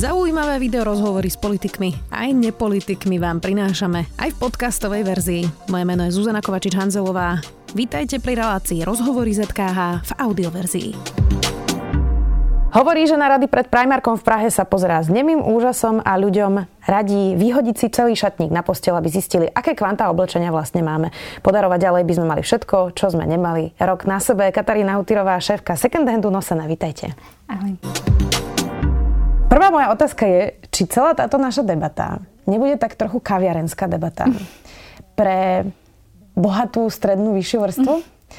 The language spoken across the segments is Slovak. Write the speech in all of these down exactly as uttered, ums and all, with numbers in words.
Zaujímavé video rozhovory s politikmi aj nepolitikmi vám prinášame aj v podcastovej verzii. Moje meno je Zuzana Kovačič-Hanzelová. Vítajte pri relácii Rozhovory zet ká há v audioverzii. Hovorí, že na rady pred Primarkom v Prahe sa pozerá s nemým úžasom a ľuďom radí vyhodiť si celý šatník na posteľ, aby zistili, aké kvantá oblečenia vlastne máme. Podarovať ďalej by sme mali všetko, čo sme nemali rok na sebe. Katarína Hutirová, šéfka Second Handu Nosená, vítajte. Ahoj. Prvá moja otázka je, či celá táto naša debata nebude tak trochu kaviarenská debata pre bohatú strednú vyššiu vrstvu?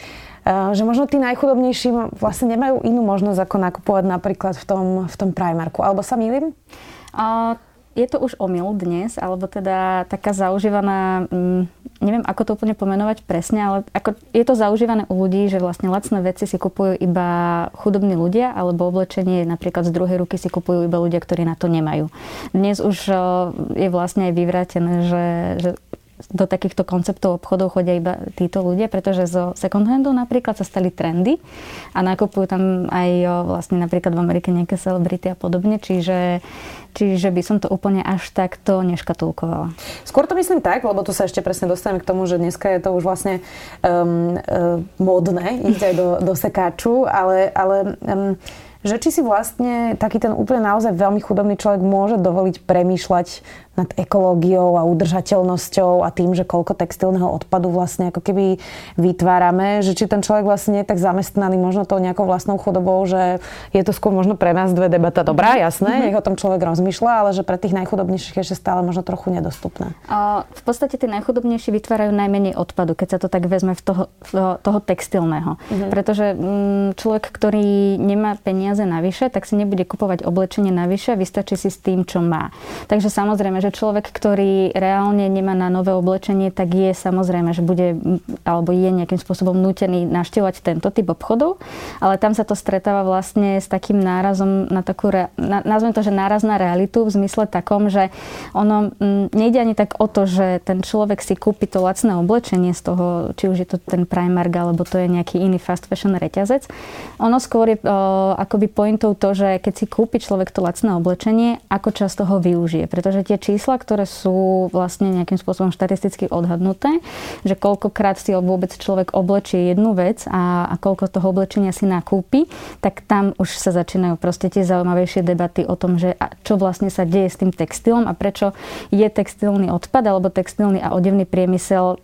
Uh, že možno tí najchudobnejší vlastne nemajú inú možnosť ako nakupovať napríklad v tom, v tom Primarku. Alebo sa mýlim? Uh, je to už omyl dnes, alebo teda taká zaužívaná, um, neviem ako to úplne pomenovať presne, ale ako je to zaužívané u ľudí, že vlastne lacné veci si kupujú iba chudobní ľudia, alebo oblečenie napríklad z druhej ruky si kupujú iba ľudia, ktorí na to nemajú. Dnes už uh, je vlastne aj vyvrátené, že, že do takýchto konceptov obchodov chodia iba títo ľudia, pretože zo second handu napríklad sa stali trendy a nakupujú tam aj vlastne napríklad v Amerike nejaké celebrity a podobne, čiže, čiže by som to úplne až takto neškatulkovala. Skôr to myslím tak, lebo tu sa ešte presne dostaneme k tomu, že dneska je to už vlastne um, um, módne ísť aj do, do sekáču, ale, ale um, že či si vlastne taký ten úplne naozaj veľmi chudobný človek môže dovoliť premýšľať nad ekológiou a udržateľnosťou a tým, že koľko textilného odpadu vlastne ako keby vytvárame, že či ten človek vlastne nie je tak zamestnaný možno tou nejakou vlastnou chudobou, že je to skôr možno pre nás dve debata dobrá, jasné, mm-hmm. nech o tom človek rozmýšľa, ale že pre tých najchudobnejších ešte stále možno trochu nedostupné. A v podstate tí najchudobnejší vytvárajú najmenej odpadu, keď sa to tak vezme v toho, v toho textilného. Mm-hmm. Pretože mm, človek, ktorý nemá peniaze navyše, tak si nebude kupovať oblečenie navyše, vystačí si s tým, čo má. Takže samozrejme, že človek, ktorý reálne nemá na nové oblečenie, tak je samozrejme, že bude alebo je nejakým spôsobom nútený navštevovať tento typ obchodov, ale tam sa to stretáva vlastne s takým nárazom na takú, na, nazvem to, že náraz na realitu v zmysle takom, že ono m, nejde ani tak o to, že ten človek si kúpi to lacné oblečenie z toho, či už je to ten Primark, alebo to je nejaký iný fast fashion reťazec. Ono skôr je o, akoby pointou to, že keď si kúpi človek to lacné oblečenie, ako často ho využije, pretože tie čísla, ktoré sú vlastne nejakým spôsobom štatisticky odhadnuté, že koľkokrát si vôbec človek oblečie jednu vec a, a koľko toho oblečenia si nakúpi, tak tam už sa začínajú proste tie zaujímavejšie debaty o tom, že čo vlastne sa deje s tým textilom a prečo je textilný odpad alebo textilný a odevný priemysel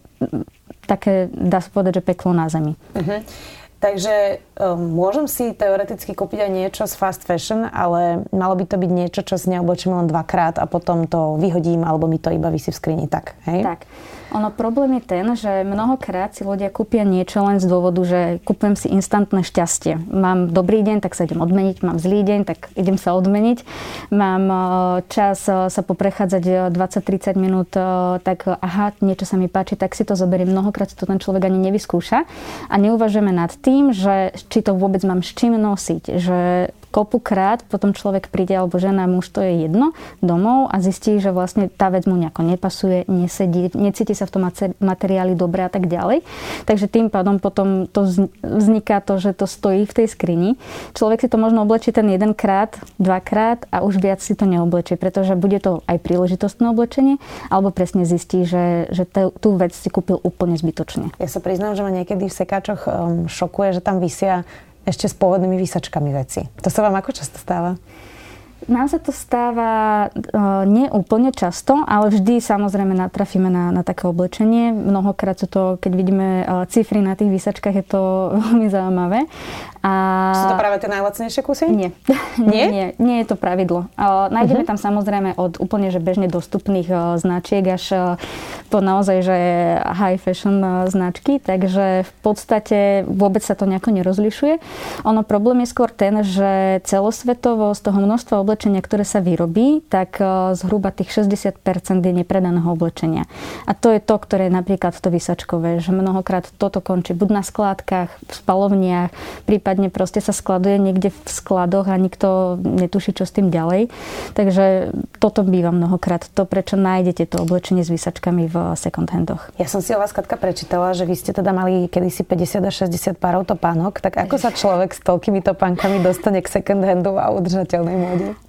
také, dá sa povedať, že peklo na zemi. Uh-huh. Takže um, môžem si teoreticky kúpiť aj niečo z fast fashion, ale malo by to byť niečo, čo si neoblečím len dvakrát a potom to vyhodím, alebo mi to iba visí v skrini, tak, hej? Tak. Ono problém je ten, že mnohokrát si ľudia kúpia niečo len z dôvodu, že kúpujem si instantné šťastie. Mám dobrý deň, tak sa idem odmeniť, mám zlý deň, tak idem sa odmeniť. Mám čas sa poprechádzať dvadsať tridsať minút, tak aha, niečo sa mi páči, tak si to zoberiem. Mnohokrát si to ten človek ani nevyskúša a neuvažujeme nad tým, že či to vôbec mám s čím nosiť, že kopukrát potom človek príde, alebo žena, muž, to je jedno, domov a zistí, že vlastne tá vec mu nejako nepasuje, nesedí, necíti sa v tom materiáli dobre a tak ďalej. Takže tým pádom potom to vzniká to, že to stojí v tej skrini. Človek si to možno oblečí ten jedenkrát, dvakrát a už viac si to neoblečí, pretože bude to aj príležitostné oblečenie, alebo presne zistí, že, že tú vec si kúpil úplne zbytočne. Ja sa priznám, že ma niekedy v sekáčoch um, šokuje, že tam visia ešte s pôvodnými výsačkami veci. To sa vám ako často stáva? Nám sa to stáva uh, nie úplne často, ale vždy samozrejme natrafíme na, na také oblečenie. Mnohokrát sú to, keď vidíme uh, cifry na tých výsačkách, je to veľmi zaujímavé. A... Sú to práve tie najlacnejšie kusy? Nie. nie? nie, nie je to pravidlo. Uh, nájdeme uh-huh. tam samozrejme od úplne že bežne dostupných uh, značiek až uh, po naozaj že high fashion uh, značky, takže v podstate vôbec sa to nejako nerozlišuje. Ono problém je skôr ten, že celosvetovo z toho množstva oblečenia, ktoré sa vyrobí, tak uh, zhruba tých šesťdesiat percent je nepredaného oblečenia. A to je to, ktoré je napríklad to výsačkové, že mnohokrát toto končí buď na skládkach, v spalovniach, prípadne proste sa skladuje niekde v skladoch a nikto netuší, čo s tým ďalej. Takže toto býva mnohokrát to, prečo nájdete to oblečenie s výsačkami v second handoch. Ja som si o vás, Katka, prečítala, že vy ste teda mali kedysi päťdesiat až šesťdesiat párov topánok. Tak ako sa človek s toľkými topánkami dostane k second handu a udržateľnej móde?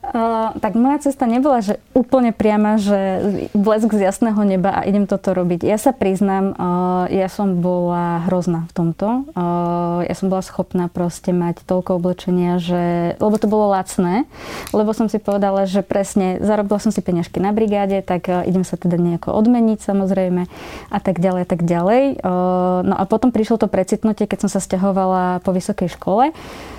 Uh, tak moja cesta nebola, že úplne priama, že blesk z jasného neba a idem toto robiť. Ja sa priznám, uh, ja som bola hrozná v tomto. Uh, ja som bola schopná proste mať toľko oblečenia, že, lebo to bolo lacné, lebo som si povedala, že presne zarobila som si peniažky na brigáde, tak uh, idem sa teda nejako odmeniť samozrejme a tak ďalej a tak ďalej. Uh, no a potom prišlo to precitnutie, keď som sa sťahovala po vysokej škole,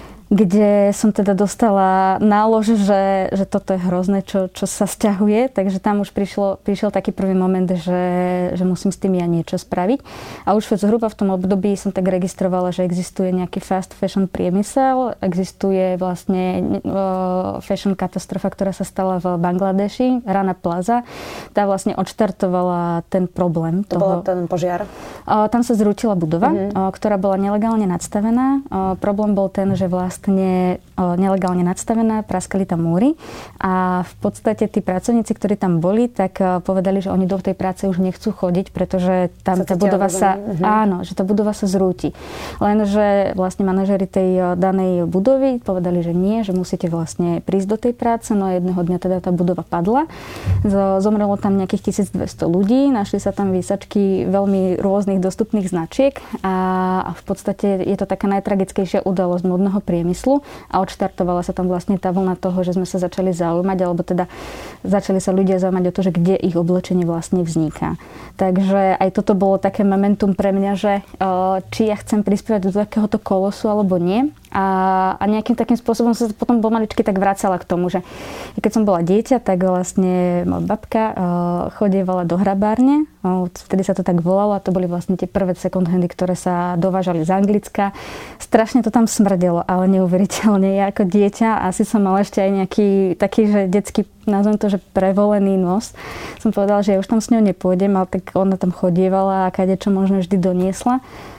kde som teda dostala nálož, že, že toto je hrozné, čo, čo sa sťahuje. Takže tam už prišlo, prišiel taký prvý moment, že, že musím s tým ja niečo spraviť. A už zhruba v tom období som tak registrovala, že existuje nejaký fast fashion priemysel, existuje vlastne uh, fashion katastrofa, ktorá sa stala v Bangladeši, Rana Plaza. Tá vlastne odštartovala ten problém. To toho. bol ten požiar? Uh, tam sa zrútila budova, uh-huh. uh, ktorá bola nelegálne nadstavená. Uh, problém bol ten, že vlastne nelegálne nadstavená, praskali tam múry a v podstate tí pracovníci, ktorí tam boli, tak povedali, že oni do tej práce už nechcú chodiť, pretože tam tá budova sa, uh-huh. áno, že tá budova sa zrúti. Lenže vlastne manažeri tej danej budovy povedali, že nie, že musíte vlastne prísť do tej práce, no a jedného dňa teda tá budova padla. Zomrelo tam nejakých tisícdvesto ľudí, našli sa tam výsačky veľmi rôznych dostupných značiek a v podstate je to taká najtragickejšia udalosť modného priemyslu a odštartovala sa tam vlastne tá vlna toho, že sme sa začali zaujímať, alebo teda začali sa ľudia zaujímať o to, že kde ich oblečenie vlastne vzniká. Takže aj toto bolo také momentum pre mňa, že či ja chcem prispievať do takéhoto kolosu alebo nie. A, a nejakým takým spôsobom sa potom pomaličky tak vracala k tomu, že keď som bola dieťa, tak vlastne moja babka uh, chodievala do hrabárne, uh, vtedy sa to tak volalo a to boli vlastne tie prvé second handy, ktoré sa dovážali z Anglicka. Strašne to tam smrdelo, ale neuveriteľne. Ja ako dieťa, asi som mala ešte aj nejaký taký, že detský, nazvem to, že prevolený nos. Som povedala, že ja už tam s ňou nepôjdem, ale tak ona tam chodievala a kadečo možno vždy doniesla.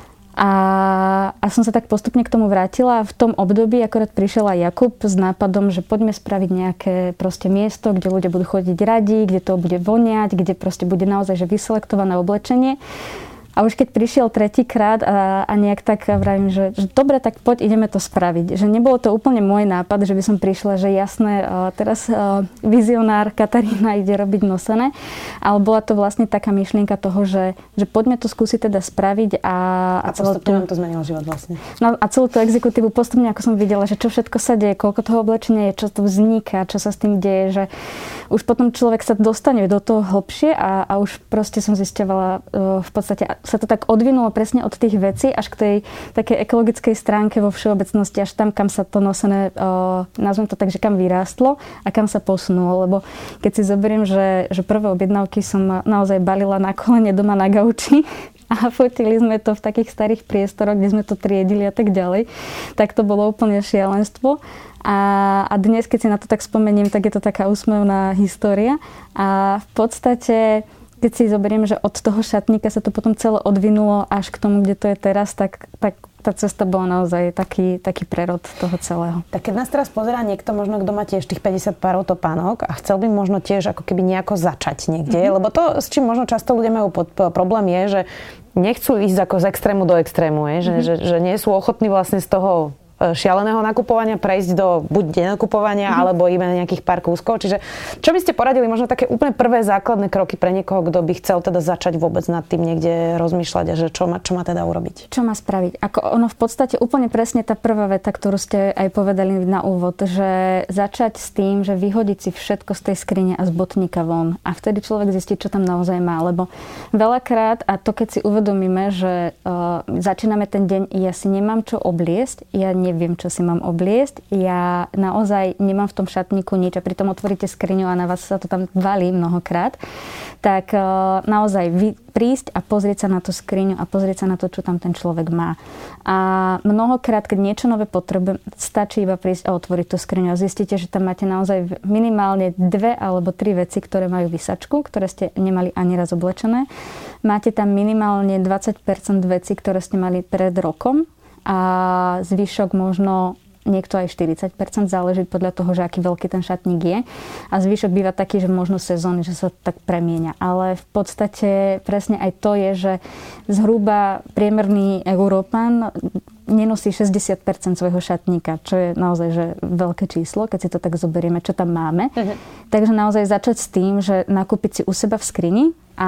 A, a som sa tak postupne k tomu vrátila a v tom období akorát prišiel aj Jakub s nápadom, že poďme spraviť nejaké proste miesto, kde ľudia budú chodiť radi, kde to bude voňať, kde proste bude naozaj že vyselektované oblečenie. A už keď prišiel tretíkrát a, a nejak tak vravím, že, že dobre, tak poď, ideme to spraviť. Že nebolo to úplne môj nápad, že by som prišla, že jasné, teraz vizionár Katarína ide robiť nosené, ale bola to vlastne taká myšlienka toho, že, že poďme to skúsiť teda spraviť a... A, a postupne vám to zmenilo život vlastne. No a celú tú exekutívu postupne, ako som videla, že čo všetko sa deje, koľko toho oblečenia je, čo to vzniká, čo sa s tým deje, že už potom človek sa dostane do toho hlbšie a, a už proste som zisťovala v podstate sa to tak odvinulo presne od tých vecí až k tej takej ekologickej stránke vo všeobecnosti, až tam, kam sa to nosené, uh, nazvem to tak, že kam vyrástlo a kam sa posunulo. Lebo keď si zoberiem, že, že prvé objednávky som naozaj balila na kolene doma na gauči a fotili sme to v takých starých priestoroch, kde sme to triedili a tak ďalej, tak to bolo úplne šialenstvo. A, a dnes, keď si na to tak spomeniem, tak je to taká úsmevná história. A v podstate keď si zoberiem, že od toho šatníka sa to potom celé odvinulo až k tomu, kde to je teraz, tak, tak tá cesta bola naozaj taký, taký prerod toho celého. Tak keď nás teraz pozerá niekto, možno kto má tiež tých päťdesiat párov topánok a chcel by možno tiež ako keby nejako začať niekde, mm-hmm. lebo to, s čím možno často ľudia majú pod, problém je, že nechcú ísť ako z extrému do extrému, je, mm-hmm. že, že, že nie sú ochotní vlastne z toho šialeného nakupovania prejsť do buď denakupovania, mm-hmm. alebo iba nejakých pár kúskov. Čiže čo by ste poradili možno také úplne prvé základné kroky pre niekoho, kto by chcel teda začať vôbec nad tým niekde rozmýšľať a že čo má, čo má teda urobiť? Čo má spraviť? Ako ono v podstate úplne presne tá prvá veta, ktorú ste aj povedali na úvod, že začať s tým, že vyhodiť si všetko z tej skrine a z botníka von. A vtedy človek zistí, čo tam naozaj má. Lebo veľakrát, a to keď si uvedomíme, že uh, začíname ten deň, ja si nemám čo obliesť, ja ne neviem, čo si mám obliesť. Ja naozaj nemám v tom šatníku nič a pritom otvoríte skriňu a na vás sa to tam valí mnohokrát. Tak naozaj vy prísť a pozrieť sa na tú skriňu a pozrieť sa na to, čo tam ten človek má. A mnohokrát, keď niečo nové potrebujem, stačí iba prísť a otvoriť tú skriňu a zistíte, že tam máte naozaj minimálne dve alebo tri veci, ktoré majú vysačku, ktoré ste nemali ani raz oblečené. Máte tam minimálne dvadsať percent vecí, ktoré ste mali pred rokom a zvyšok možno niekto aj štyridsať percent, záleží podľa toho, že aký veľký ten šatník je. A zvyšok býva taký, že možno sezóny, že sa tak premieňa. Ale v podstate presne aj to je, že zhruba priemerný Európan nenosí šesťdesiat percent svojho šatníka, čo je naozaj že veľké číslo, keď si to tak zoberieme, čo tam máme. Uh-huh. Takže naozaj začať s tým, že nakúpiť si u seba v skrini a,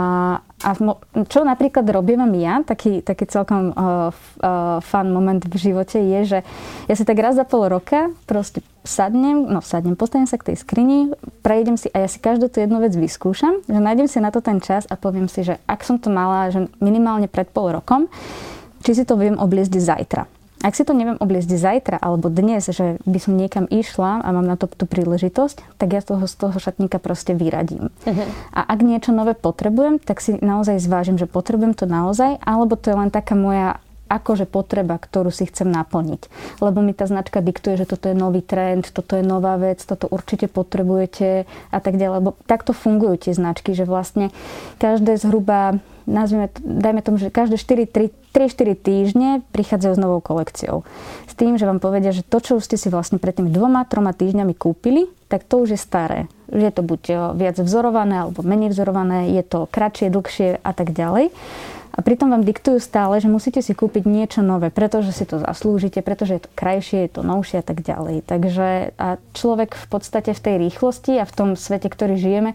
a čo napríklad robím ja, taký, taký celkom uh, uh, fun moment v živote je, že ja si tak raz za pol roka proste sadnem, no sadnem, postavím sa k tej skrini, prejdem si a ja si každú tú jednu vec vyskúšam, že nájdem si na to ten čas a poviem si, že ak som to mala že minimálne pred pol rokom, či si to viem obliecť zajtra. Ak si to neviem obliecť zajtra alebo dnes, že by som niekam išla a mám na to tú príležitosť, tak ja toho z toho šatníka proste vyradím. Uh-huh. A ak niečo nové potrebujem, tak si naozaj zvážim, že potrebujem to naozaj, alebo to je len taká moja akože potreba, ktorú si chcem naplniť. Lebo mi tá značka diktuje, že toto je nový trend, toto je nová vec, toto určite potrebujete a tak ďalej. Lebo takto fungujú tie značky, že vlastne každé zhruba, nazvime, dajme tomu, že každé štyri tri štyri týždne prichádzajú s novou kolekciou. S tým, že vám povedia, že to, čo už ste si vlastne pred tými dvoma, troma týždňami kúpili, tak to už je staré. Je to buď viac vzorované, alebo menej vzorované, je to kratšie, dlhšie a tak ďalej. A pritom vám diktujú stále, že musíte si kúpiť niečo nové, pretože si to zaslúžite, pretože je to krajšie, je to novšie a tak ďalej. Takže a človek v podstate v tej rýchlosti a v tom svete, ktorý žijeme,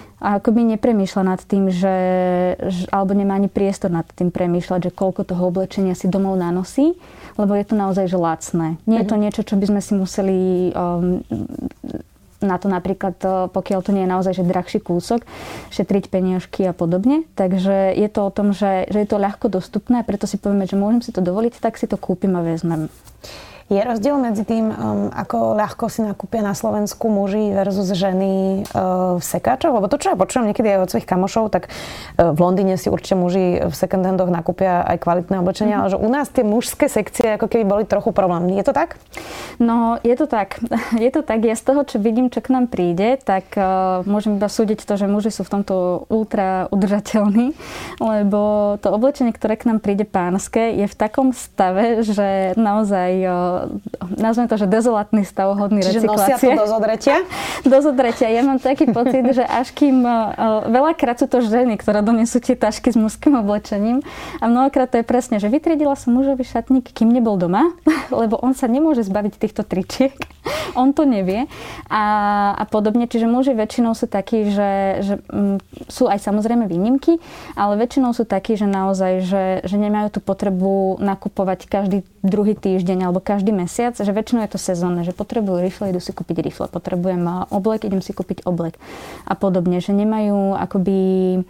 a akoby nepremýšľa nad tým, že, že, alebo nemá ani priestor nad tým premýšľať, že koľko toho oblečenia si domov nanosí, lebo je to naozaj že lacné. Nie je to niečo, čo by sme si museli um, na to napríklad, pokiaľ to nie je naozaj že drahší kúsok, šetriť peniažky a podobne. Takže je to o tom, že, že je to ľahko dostupné a preto si povieme, že môžem si to dovoliť, tak si to kúpim a vezmem. Je rozdiel medzi tým, um, ako ľahko si nakúpia na Slovensku muži versus ženy uh, v sekáčoch? Lebo to, čo ja počujem niekedy aj od svojich kamošov, tak uh, v Londýne si určite muži v second handoch nakúpia aj kvalitné oblečenia, mm-hmm. ale že u nás tie mužské sekcie ako keby boli trochu problém. Je to tak? No, je to tak. Je to tak. Ja z toho, čo vidím, čo k nám príde, tak uh, môžem iba súdiť to, že muži sú v tomto ultra udržateľní, lebo to oblečenie, ktoré k nám príde pánske, je v takom stave, že naozaj uh, nazvem to, že dezolátny stav hodný recyklácie. Čiže nosia to do zodretia? Do zodretia. Ja mám taký pocit, že až kým uh, veľakrát sú to ženy, ktoré donesú tie tašky s mužským oblečením a mnohokrát to je presne, že vytriedila som mužový šatník, kým nebol doma, lebo on sa nemôže zbaviť týchto tričiek. On to nevie a, a podobne. Čiže muži väčšinou sú takí, že, že um, sú aj samozrejme výnimky, ale väčšinou sú takí, že naozaj, že, že nemajú tú potrebu nakupovať každý druhý týždeň alebo každý mesiac, že väčšinou je to sezónne, že potrebujú rifle, idú si kúpiť rifle, potrebujem oblek, idem si kúpiť oblek a podobne, že nemajú akoby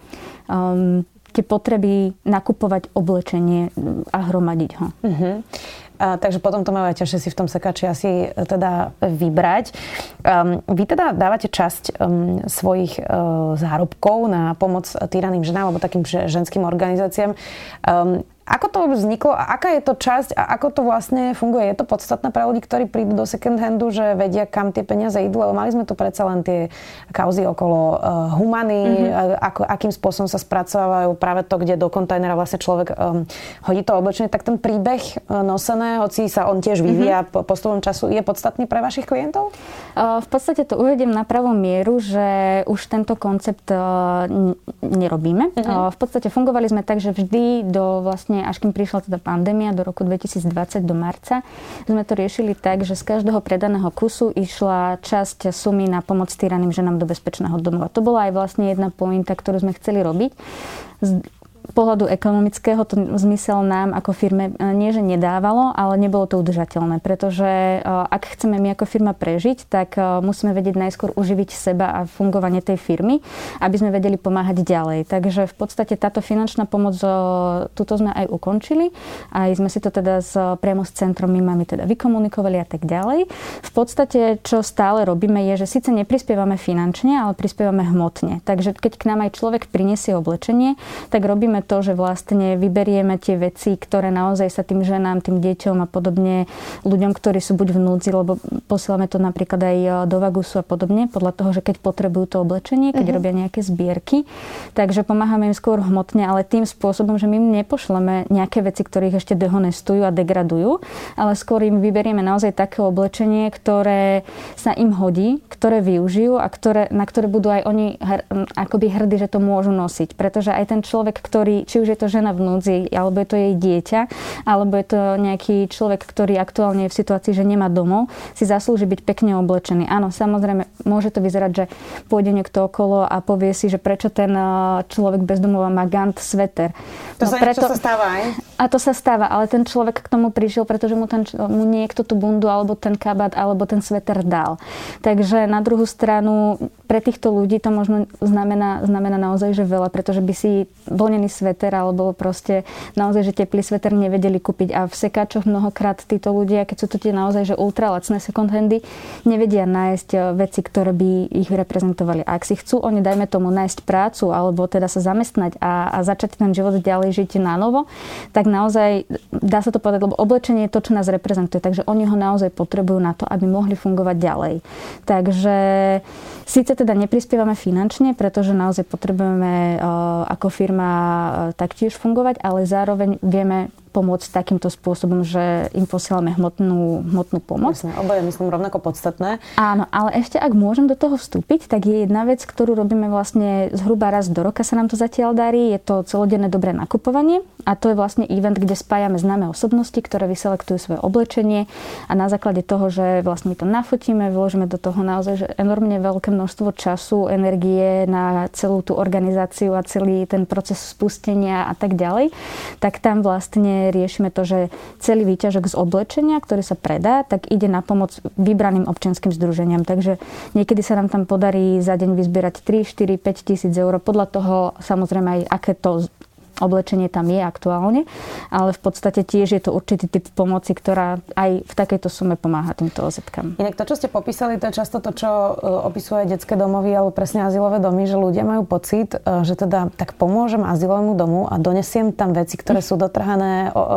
um, tie potreby nakupovať oblečenie a hromadiť ho. Uh-huh. A, takže potom to máte ťažšie si v tom sekáči asi teda vybrať. Um, vy teda dávate časť um, svojich uh, zárobkov na pomoc týraným ženám alebo takým ženským organizáciám. Um, Ako to vzniklo a aká je to časť a ako to vlastne funguje? Je to podstatné pre ľudí, ktorí prídu do second handu, že vedia, kam tie peniaze idú? Lebo mali sme tu predsa len tie kauzy okolo uh, humany, mm-hmm. ako, akým spôsobom sa spracovávajú práve to, kde do kontajnera vlastne človek um, hodí to oblečenie. Tak ten príbeh uh, nosené, hoci sa on tiež vyvíja mm-hmm. postupom času, je podstatný pre vašich klientov? Uh, v podstate to uvediem na pravú mieru, že už tento koncept uh, n- nerobíme. Mm-hmm. Uh, v podstate fungovali sme tak, že vždy do vlastne až kým prišla teda pandémia do roku dvetisícdvadsať do marca, sme to riešili tak, že z každého predaného kusu išla časť sumy na pomoc týraným ženám do bezpečného domova. To bola aj vlastne jedna pointa, ktorú sme chceli robiť. Z pohľadu ekonomického to zmysel nám ako firme nie, že nedávalo, ale nebolo to udržateľné, pretože ak chceme my ako firma prežiť, tak musíme vedieť najskôr uživiť seba a fungovanie tej firmy, aby sme vedeli pomáhať ďalej. Takže v podstate táto finančná pomoc, tuto sme aj ukončili, aj sme si to teda s, priamo s centrom my máme teda vykomunikovali a tak ďalej. V podstate, čo stále robíme, je, že síce neprispievame finančne, ale prispievame hmotne. Takže keď k nám aj človek prinesie oblečenie, tak robíme riešime to, že vlastne vyberieme tie veci, ktoré naozaj sa tým ženám, tým deťom a podobne, ľuďom, ktorí sú buď v núdzi, lebo posielame to napríklad aj do Vagusu a podobne, podľa toho, že keď potrebujú to oblečenie, keď uh-huh. robia nejaké zbierky. Takže pomáhame im skôr hmotne, ale tým spôsobom, že my im nepošleme nejaké veci, ktoré ich ešte dehonestujú a degradujú, ale skôr im vyberieme naozaj také oblečenie, ktoré sa im hodí, ktoré využijú a ktoré, na ktoré budú aj oni hr, akoby hrdí, že to môžu nosiť. Pretože aj ten človek, ktorý, či už je to žena v núdzi, alebo je to jej dieťa, alebo je to nejaký človek, ktorý aktuálne je v situácii, že nemá domov, si zaslúži byť pekne oblečený. Áno, samozrejme, môže to vyzerať, že pôjde niekto okolo a povie si, že prečo ten človek bez domova má Gant sveter. To no, sa preto, sa stáva aj? A to sa stáva, ale ten človek k tomu prišiel, pretože mu, ten, mu niekto tú bundu, alebo ten kabát, alebo ten sveter dal. Takže na druhú stranu, pre týchto ľudí to možno znamená, znamená naozaj, že veľa, pretože by si vlnený sveter, alebo proste naozaj, že teplý sveter nevedeli kúpiť. A v sekáčoch mnohokrát títo ľudia, keď sú to tie naozaj, že ultra lacné second handy, nevedia nájsť veci, ktoré by ich reprezentovali. A ak si chcú oni, dajme tomu, nájsť prácu, alebo teda sa zamestnať a, a začať ten život ďalej žiť na novo, tak naozaj dá sa to povedať, lebo oblečenie je to, čo nás reprezentuje. Takže oni ho naozaj potrebujú na to, aby mohli fungovať ďalej. Takže síce teda neprispievame finančne, pretože naozaj potrebujeme uh, ako firma uh, taktiež fungovať, ale zároveň vieme pomôcť takýmto spôsobom, že im posielame hmotnú, hmotnú pomoc. Jasne, oboje myslím rovnako podstatné. Áno, ale ešte ak môžem do toho vstúpiť, tak je jedna vec, ktorú robíme vlastne zhruba raz do roka, sa nám to zatiaľ darí. Je to celodenné dobré nakupovanie a to je vlastne event, kde spájame známe osobnosti, ktoré vyselektujú svoje oblečenie a na základe toho, že vlastne my to nafotíme, vložíme do toho naozaj že enormne veľké množstvo času, energie na celú tú organizáciu a celý ten proces spustenia a tak ďalej, tak tam vlastne riešime to, že celý výťažok z oblečenia, ktorý sa predá, tak ide na pomoc vybraným občianskym združeniam. Takže niekedy sa nám tam podarí za deň vyzbierať tri, štyri, päť tisíc eur. Podľa toho samozrejme aj aké to oblečenie tam je aktuálne, ale v podstate tiež je to určitý typ pomoci, ktorá aj v takejto sume pomáha týmto ó zetkám. Inak to, čo ste popísali, to je často to, čo opisujú aj detské domovy alebo presne azylové domy, že ľudia majú pocit, že teda tak pomôžem azylovému domu a donesiem tam veci, ktoré sú dotrhané, o, o,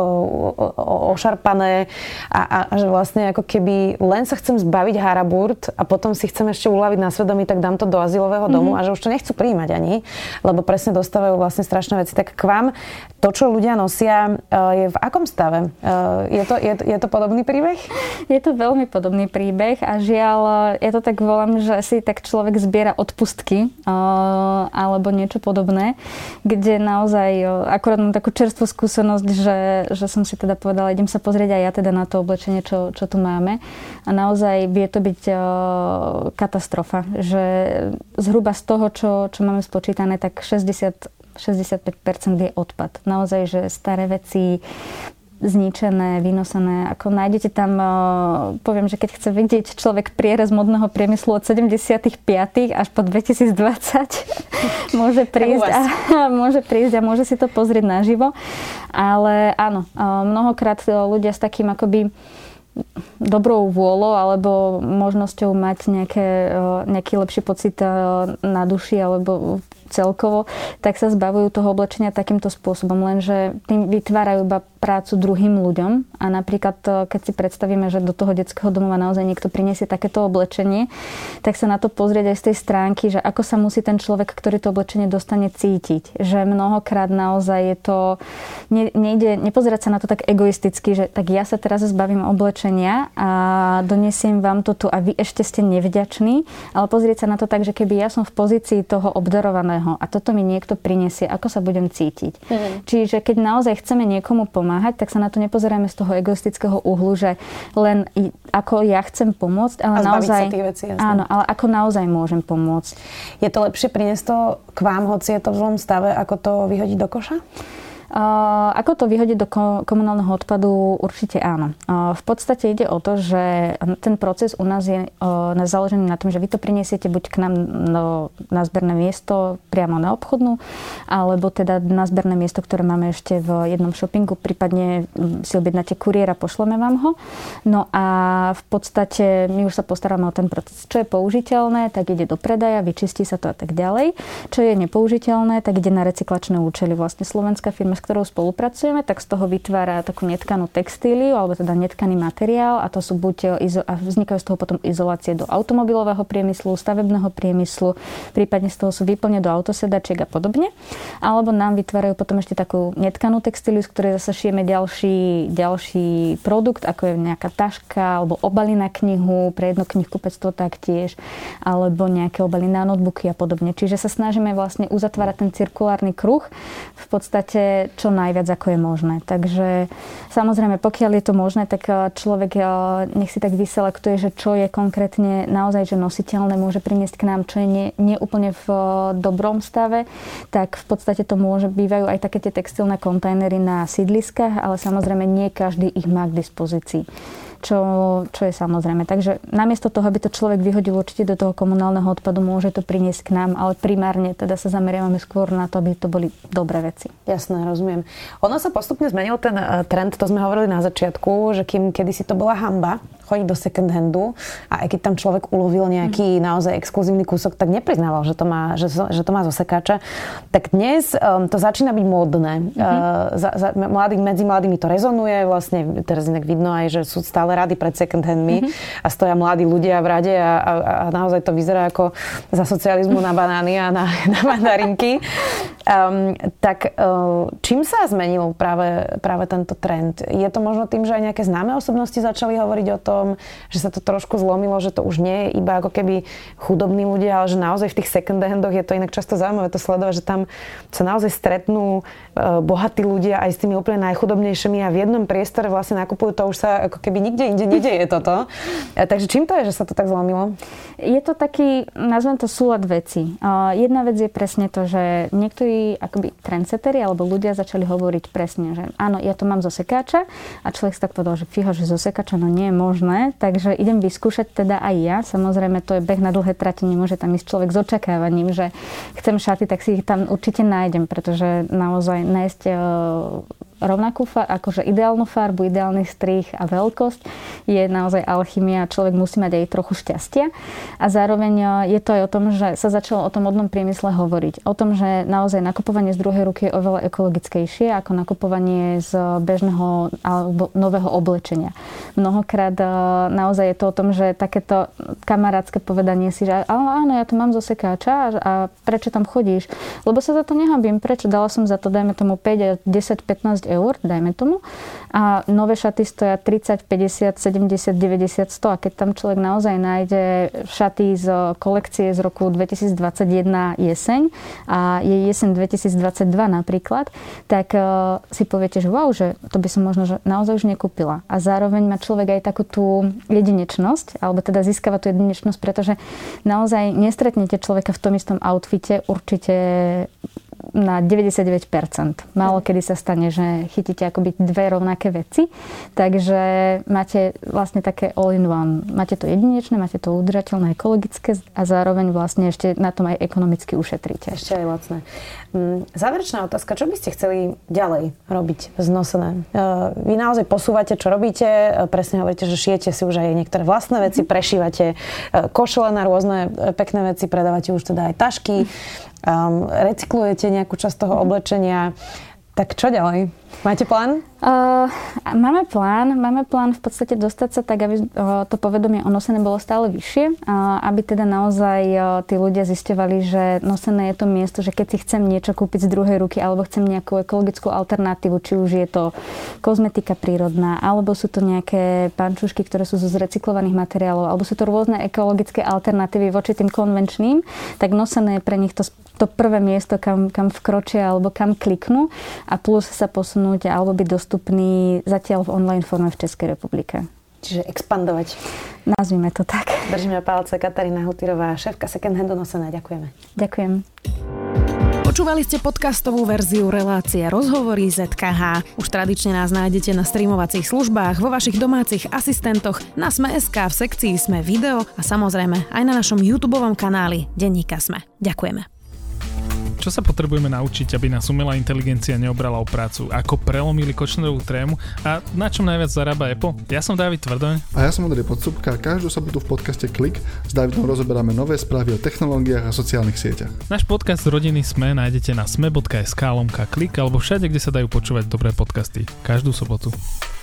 o, ošarpané a, a, a že vlastne ako keby len sa chcem zbaviť haraburt a potom si chcem ešte uľaviť na svedomí, tak dám to do azylového domu mm-hmm. a že už to nechcú prijímať ani, lebo presne dostávajú vlastne strašné veci. Tak vám to, čo ľudia nosia, je v akom stave? Je to, je, je to podobný príbeh? Je to veľmi podobný príbeh a žiaľ, ja to tak volám, že si tak človek zbiera odpustky alebo niečo podobné, kde naozaj, akorát mám takú čerstvú skúsenosť, že, že som si teda povedala, idem sa pozrieť aj ja teda na to oblečenie, čo, čo tu máme a naozaj vie to byť katastrofa, že zhruba z toho, čo, čo máme spočítané, tak šesťdesiat šesťdesiatpäť percent je odpad. Naozaj, že staré veci zničené, vynosené. Ako nájdete tam, poviem, že keď chce vidieť človek prierez modného priemyslu od sedemdesiatych piatych až po dvetisícdvadsať, môže prísť, a, môže prísť a môže si to pozrieť naživo. Ale áno, mnohokrát ľudia s takým akoby dobrou vôľou alebo možnosťou mať nejaké, nejaký lepší pocit na duši alebo celkovo, tak sa zbavujú toho oblečenia takýmto spôsobom, lenže tým vytvárajú iba prácu druhým ľuďom a napríklad keď si predstavíme, že do toho detského domova naozaj niekto prinesie takéto oblečenie, tak sa na to pozrieť aj z tej stránky, že ako sa musí ten človek, ktorý to oblečenie dostane, cítiť. Že mnohokrát naozaj je to, ne, nejde, nepozerať sa na to tak egoisticky, že tak ja sa teraz zbavím oblečenia a donesiem vám to tu a vy ešte ste nevďační, ale pozrieť sa na to tak, že keby ja som v pozícii toho obdarovaného a toto mi niekto prinesie, ako sa budem cítiť. Mm. Čiže keď naozaj chceme niekomu pomáhať, tak sa na to nepozeráme z toho egoistického uhlu, že len ako ja chcem pomôcť, ale a naozaj sa tých vecí, jasne. Áno, ale ako naozaj môžem pomôcť. Je to lepšie priniesť to k vám, hoci je to v zlom stave, ako to vyhodiť do koša? Uh, ako to vyhodiť do komunálneho odpadu? Určite áno. Uh, v podstate ide o to, že ten proces u nás je uh, založený na tom, že vy to prinesiete buď k nám no, na zberné miesto priamo na obchodnú, alebo teda na zberné miesto, ktoré máme ešte v jednom shoppingu, prípadne si objednáte kuriéra, pošleme vám ho. No a v podstate my už sa postaráme o ten proces. Čo je použiteľné, tak ide do predaja, vyčistí sa to a tak ďalej. Čo je nepoužiteľné, tak ide na recyklačné účely. Vlastne slovenská firma, s ktorou spolupracujeme, tak z toho vytvára takú netkanú textíliu, alebo teda netkaný materiál, a to sú buď izo- a vznikajú z toho potom izolácie do automobilového priemyslu, stavebného priemyslu, prípadne z toho sú výplne do autosedačiek a podobne. Alebo nám vytvárajú potom ešte takú netkanú textíliu, z ktorej zase šijeme ďalší, ďalší produkt, ako je nejaká taška, alebo obaly na knihu, pre jedno knihkupectvo taktiež, alebo nejaké obaly na notebooky a podobne. Čiže sa snažíme vlastne uzatvárať ten cirkulárny kruh v podstate čo najviac, ako je možné. Takže samozrejme, pokiaľ je to možné, tak človek nech si tak vyselektuje, že čo je konkrétne naozaj že nositeľné, môže priniesť k nám, čo je nie, nie úplne v dobrom stave, tak v podstate to môže, bývajú aj také tie textilné kontajnery na sídliskách, ale samozrejme nie každý ich má k dispozícii. Čo, čo je samozrejme. Takže namiesto toho, aby to človek vyhodil určite do toho komunálneho odpadu, môže to priniesť k nám, ale primárne teda sa zameriavame skôr na to, aby to boli dobré veci. Jasné, rozumiem. Ono sa postupne zmenil ten trend, to sme hovorili na začiatku, že kým kedysi to bola hanba chodiť do second handu a aj keď tam človek ulovil nejaký mm. naozaj exkluzívny kúsok, tak nepriznával, že to má, že, že to má zo sekáča. Tak dnes um, to začína byť módne. Mm-hmm. Uh, za, za, mladý, medzi mladými to rezonuje, vlastne teraz inak vidno aj, že sú stále rady pred second handmi mm-hmm. a stoja mladí ľudia v rade a, a, a naozaj to vyzerá ako za socializmu na banány a na, na mandarinky. Um, tak uh, čím sa zmenil práve, práve tento trend? Je to možno tým, že aj nejaké známe osobnosti začali hovoriť o tom, že sa to trošku zlomilo, že to už nie je iba ako keby chudobní ľudia, ale že naozaj v tých second handoch je to inak často zaujímavé to sledovať, že tam sa naozaj stretnú uh, bohatí ľudia aj s tými úplne najchudobnejšími a v jednom priestore vlastne nakupujú, to už sa ako keby nikde inde nedeje toto. Uh, takže čím to je, že sa to tak zlomilo? Je to taký, nazvem to súlad vecí. Uh, jedna vec je presne to, že niektorí akoby trendsetteri alebo ľudia začali hovoriť presne, že áno, ja to mám zo sekáča a človek si tak povedal, že fíha, že zo sekáča no nie je možné, takže idem vyskúšať teda aj ja. Samozrejme, to je beh na dlhé trate, nemôže tam ísť človek s očakávaním, že chcem šaty, tak si ich tam určite nájdem, pretože naozaj nájsť rovnakú far, akože ideálnu farbu, ideálny strih a veľkosť je naozaj alchymia. Človek musí mať aj trochu šťastia. A zároveň je to aj o tom, že sa začalo o tom modnom priemysle hovoriť. O tom, že naozaj nakupovanie z druhej ruky je oveľa ekologickejšie ako nakupovanie z bežného alebo nového oblečenia. Mnohokrát naozaj je to o tom, že takéto kamarátske povedanie si, že áno, ja to mám zo sekáča a prečo tam chodíš? Lebo sa za to nehabím. Prečo? Dala som za to, dajme tomu päť, desať, pätnásť eur, dajme tomu. A nové šaty stoja tridsať, päťdesiat, sedemdesiat, deväťdesiat, sto. A keď tam človek naozaj nájde šaty z kolekcie z roku dvetisícdvadsaťjeden jeseň a je jeseň dvetisícdvadsaťdva napríklad, tak uh, si poviete, že wow, že to by som možno že naozaj už nekúpila. A zároveň má človek aj takú tú jedinečnosť, alebo teda získava tú jedinečnosť, pretože naozaj nestretnete človeka v tom istom outfite určite na deväťdesiatdeväť percent. Málo kedy sa stane, že chytíte akoby dve rovnaké veci. Takže máte vlastne také all-in-one. Máte to jedinečné, máte to udržateľné, ekologické a zároveň vlastne ešte na tom aj ekonomicky ušetríte. Ešte aj lacné. Záverečná otázka. Čo by ste chceli ďalej robiť znosené? Vy naozaj posúvate, čo robíte. Presne hovoríte, že šijete si už aj niektoré vlastné veci, prešívate košele na rôzne pekné veci, predávate už teda aj tašky. Um, recyklujete nejakú časť toho oblečenia. Tak čo ďalej? Máte plán? Uh, máme plán. Máme plán v podstate dostať sa tak, aby uh, to povedomie o nosené bolo stále vyššie. Uh, aby teda naozaj uh, tí ľudia zisťovali, že nosené je to miesto, že keď si chcem niečo kúpiť z druhej ruky alebo chcem nejakú ekologickú alternatívu, či už je to kozmetika prírodná, alebo sú to nejaké pančušky, ktoré sú zo zrecyklovaných materiálov, alebo sú to rôzne ekologické alternatívy voči tým konvenčným, tak nosené je pre nich to, to prvé miesto, kam, kam vkročia alebo kam kliknú a plus sa posunúť alebo byť dostupný zatiaľ v online forme v Českej republike. Čiže expandovať. Nazvime to tak. Držíme palce. Katarína Hutýrová, šéfka second handu nosené. Ďakujeme. Ďakujem. Počúvali ste podcastovú verziu relácie Rozhovory zet ká há. Už tradične nás nájdete na streamovacích službách, vo vašich domácich asistentoch, na Sme bodka es ká v sekcii Sme video a samozrejme aj na našom YouTubeovom kanáli Denníka Sme. Ďakujeme. Čo sa potrebujeme naučiť, aby nás umelá inteligencia neobrala o prácu? Ako prelomili Kočnerovú trému? A na čom najviac zarába Apple? Ja som Dávid Tvrdoň. A ja som Ondrej Podsúbka a každú sobotu v podcaste Klik s Dávidom rozoberáme nové správy o technológiách a sociálnych sieťach. Náš podcast Rodiny Sme nájdete na sme bodka es ká lomka klik alebo všade, kde sa dajú počúvať dobré podcasty. Každú sobotu.